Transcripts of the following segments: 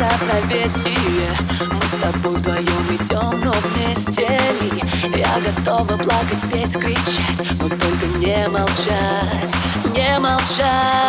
равновесие. Мы с тобой вдвоем идем, но вместе ли? Я готова плакать, петь, кричать, но только не молчать, не молчать.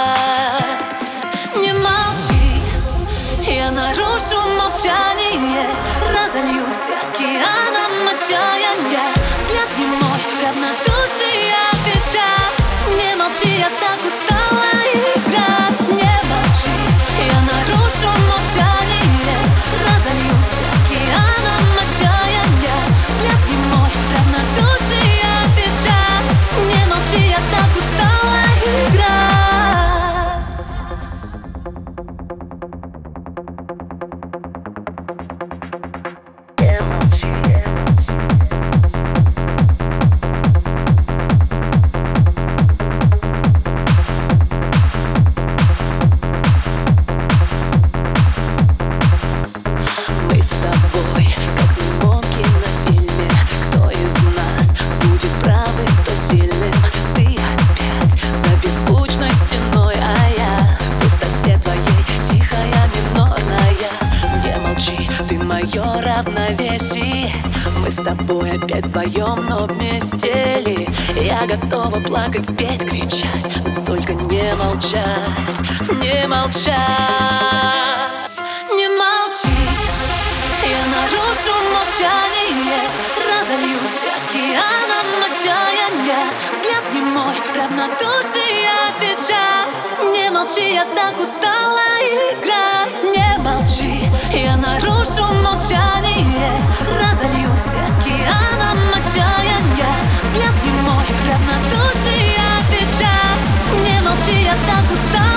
Не молчи, я нарушу молчание, разольюсь океаном отчаяния. Взгляд не мой, равнодушие печать. Не молчи, я так устала играть. Не молчи, я нарушу молчание, разольюсь океаном отчаяния. Взгляд не мой, равнодушие печать. Не молчи, я так устала играть. Мое равновесие. Мы с тобой опять вдвоем, но вместе ли? Я готова плакать, петь, кричать, но только не молчать, не молчать. Не молчи, я нарушу молчание, разольюсь океаном отчаяния. Взгляд не мой, равнодушие печать. Не молчи, я так устала играть. Не молчи, я нарушу молчание, разольюсь океаном отчаяния. Взгляд не мой, равнодушие печать. Не молчи, я так устала.